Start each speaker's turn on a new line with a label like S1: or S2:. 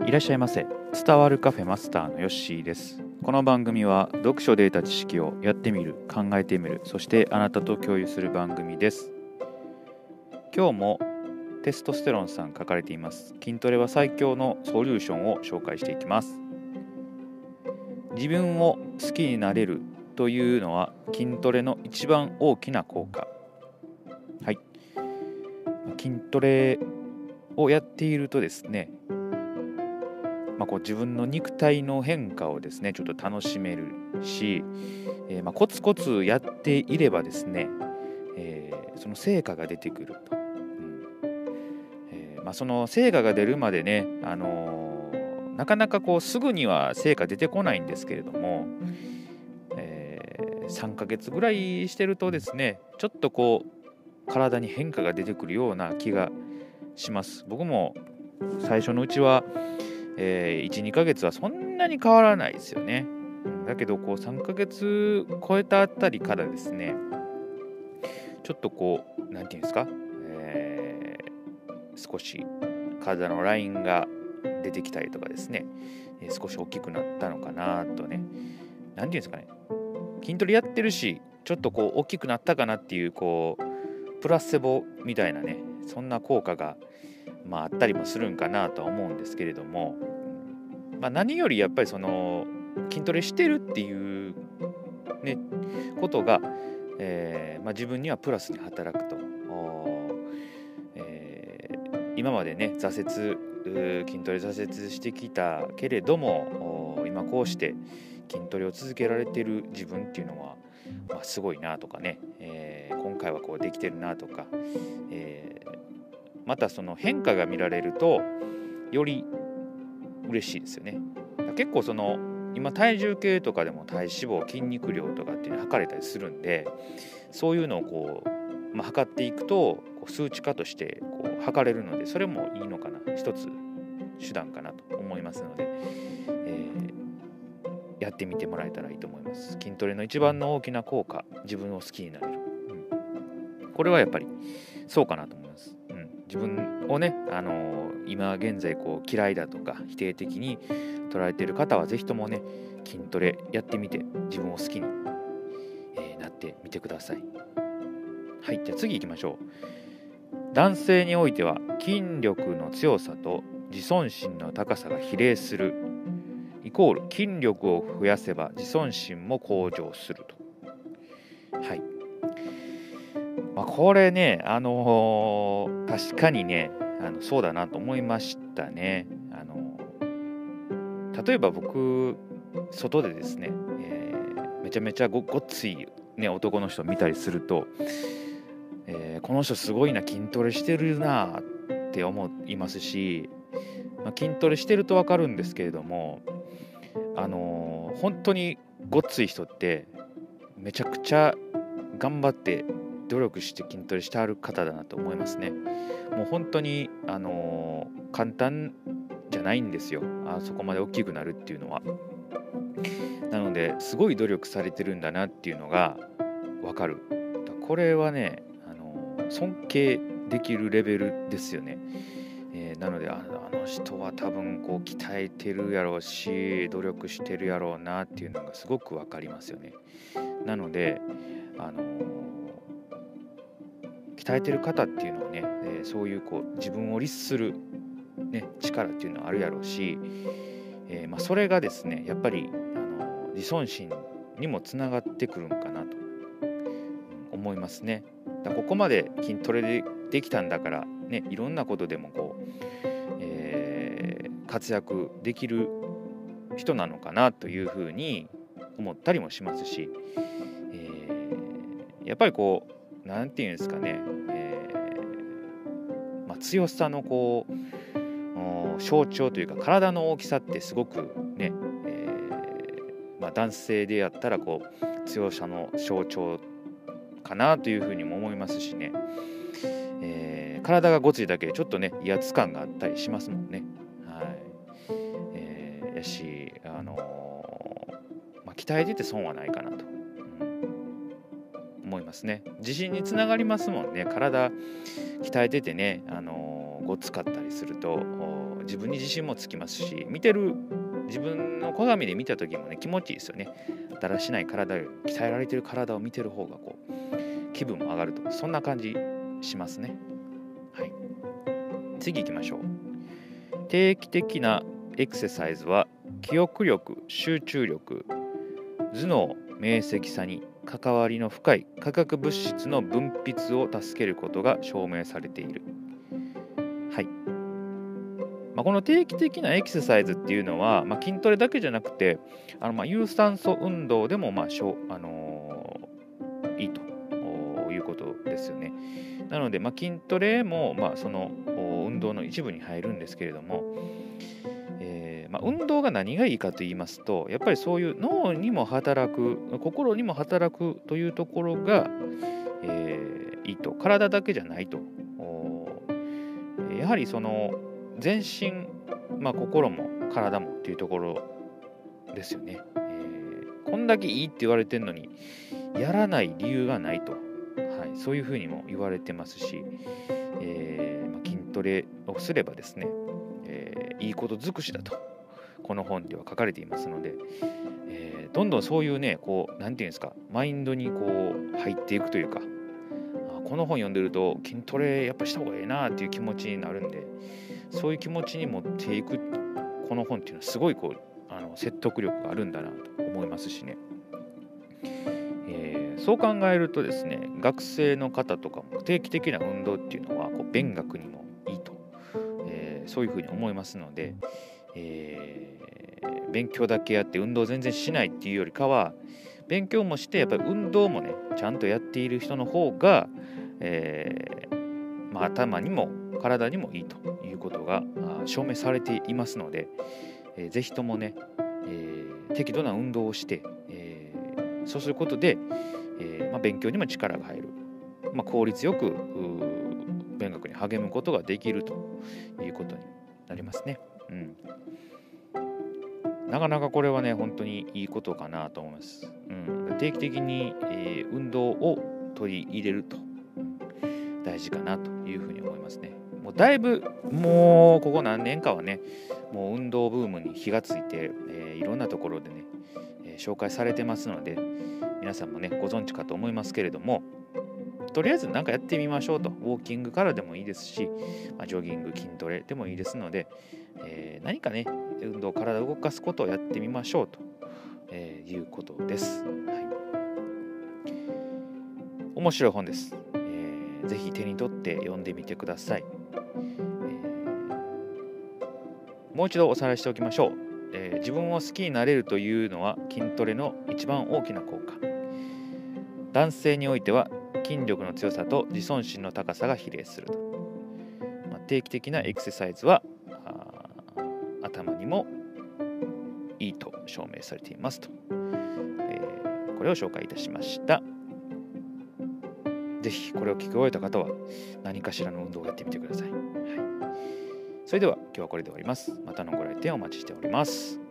S1: いらっしゃいませ。伝わるカフェマスターのヨッシーです。この番組は読書で得た知識をやってみる、考えてみる、そしてあなたと共有する番組です。今日もテストステロンさん書かれています。筋トレは最強のソリューションを紹介していきます。自分を好きになれるというのは筋トレの一番大きな効果。はい。筋トレをやっているとですね、こう自分の肉体の変化をですねちょっと楽しめるし、コツコツやっていればですね、その成果が出てくると、その成果が出るまでね、なかなかこうすぐには成果出てこないんですけれども、3ヶ月ぐらいしてるとですねちょっとこう体に変化が出てくるような気がします。僕も最初のうちは1、2ヶ月はそんなに変わらないですよね。だけどこう3ヶ月超えたあたりからですね、ちょっとこうなんていうんですか、少し体のラインが出てきたりとかですね、少し大きくなったのかなとね、なんていうんですかね、筋トレやってるしちょっとこう大きくなったかなっていうこうプラセボみたいなね、そんな効果があったりもするんかなとは思うんですけれども、何よりやっぱりその筋トレしてるっていうねことが、自分にはプラスに働くと、今までね筋トレ挫折してきたけれども、今こうして筋トレを続けられている自分っていうのは、すごいなとかね、今回はこうできてるなとか、またその変化が見られるとより嬉しいですよね。結構その今体重計とかでも体脂肪筋肉量とかっていうの測れたりするんで、そういうのをこう、測っていくとこう数値化としてこう測れるので、それもいいのかな、一つ手段かなと思いますので、やってみてもらえたらいいと思います。筋トレの一番の大きな効果、自分を好きになれる、これはやっぱりそうかなと思います。自分をね、今現在こう嫌いだとか否定的に捉えている方はぜひともね筋トレやってみて自分を好きに、なってみてください。はい、じゃあ次行きましょう。男性においては筋力の強さと自尊心の高さが比例するイコール筋力を増やせば自尊心も向上すると。はい、これね、確かにね、そうだなと思いましたね。例えば僕、外でですね、めちゃめちゃごっつい、ね、男の人を見たりすると、この人すごいな、筋トレしてるなって思いますし、筋トレしてると分かるんですけれども、本当にごっつい人ってめちゃくちゃ頑張って努力して筋トレしてある方だなと思いますね。もう本当に、簡単じゃないんですよ、そこまで大きくなるっていうのは。なのですごい努力されてるんだなっていうのが分かる。これはね、尊敬できるレベルですよね。なのであの人は多分こう鍛えてるやろうし努力してるやろうなっていうのがすごく分かりますよね。なので鍛えてる方っていうのはね、そういうこう自分を律する、力っていうのはあるやろうし、それがですねやっぱり自尊心にもつながってくるんかなと思いますね。ここまで筋トレできたんだからね、いろんなことでもこう、活躍できる人なのかなというふうに思ったりもしますし、やっぱりこうなんていうんですかね、強さのこう象徴というか体の大きさってすごくね、男性でやったらこう強さの象徴かなというふうにも思いますしね、体がごついだけでちょっとね威圧感があったりしますもんね。はい、やし、鍛えてて損はないかなと、思いますね。自信につながりますもんね。体鍛えててね、ごつかったりすると自分に自信もつきますし、見てる自分の鏡で見た時もね気持ちいいですよね。だらしない体より鍛えられてる体を見てる方がこう気分も上がると、そんな感じしますね。はい、次行きましょう。定期的なエクササイズは記憶力、集中力、頭脳、明晰さに関わりの深い化学物質の分泌を助けることが証明されている。はい。この定期的なエクササイズっていうのは、筋トレだけじゃなくて、有酸素運動でもいいということですよね。なので、筋トレも、その運動の一部に入るんですけれども、運動が何がいいかと言いますと、やっぱりそういう脳にも働く、心にも働くというところが、いいと。体だけじゃないと。やはりその全身、心も体もっていうところですよね。こんだけいいって言われてるのにやらない理由がないと、そういうふうにも言われてますし、筋トレをすればですね、いいこと尽くしだとこの本では書かれていますので、どんどんそういうねなんていうんですか、マインドに入っていくというか、この本読んでると筋トレやっぱした方がいいなっていう気持ちになるんで、そういう気持ちに持っていくこの本っていうのはすごい説得力があるんだなと思いますしね。そう考えるとですね、学生の方とかも定期的な運動っていうのは勉学にもいいと、そういうふうに思いますので、勉強だけやって運動全然しないっていうよりかは、勉強もしてやっぱり運動もねちゃんとやっている人の方が、頭にも体にもいいということが証明されていますので、ぜひともね、適度な運動をして、そうすることで、勉強にも力が入る、効率よく勉学に励むことができるということになりますね。なかなかこれはね本当にいいことかなと思います。定期的に、運動を取り入れると、大事かなというふうに思いますね。もうだいぶここ何年かはねもう運動ブームに火がついて、いろんなところでね、紹介されてますので、皆さんもねご存知かと思いますけれども、とりあえず何かやってみましょうと。ウォーキングからでもいいですし、ジョギング、筋トレでもいいですので、何かね運動、体を動かすことをやってみましょうと、いうことです。面白い本です。ぜひ手に取って読んでみてください。もう一度おさらいしておきましょう。自分を好きになれるというのは筋トレの一番大きな効果。男性においては筋力の強さと自尊心の高さが比例すると。定期的なエクササイズは頭にもいいと証明されていますと、これを紹介いたしました。ぜひこれを聞き終えた方は何かしらの運動をやってみてください。それでは今日はこれで終わります。またのご来店お待ちしております。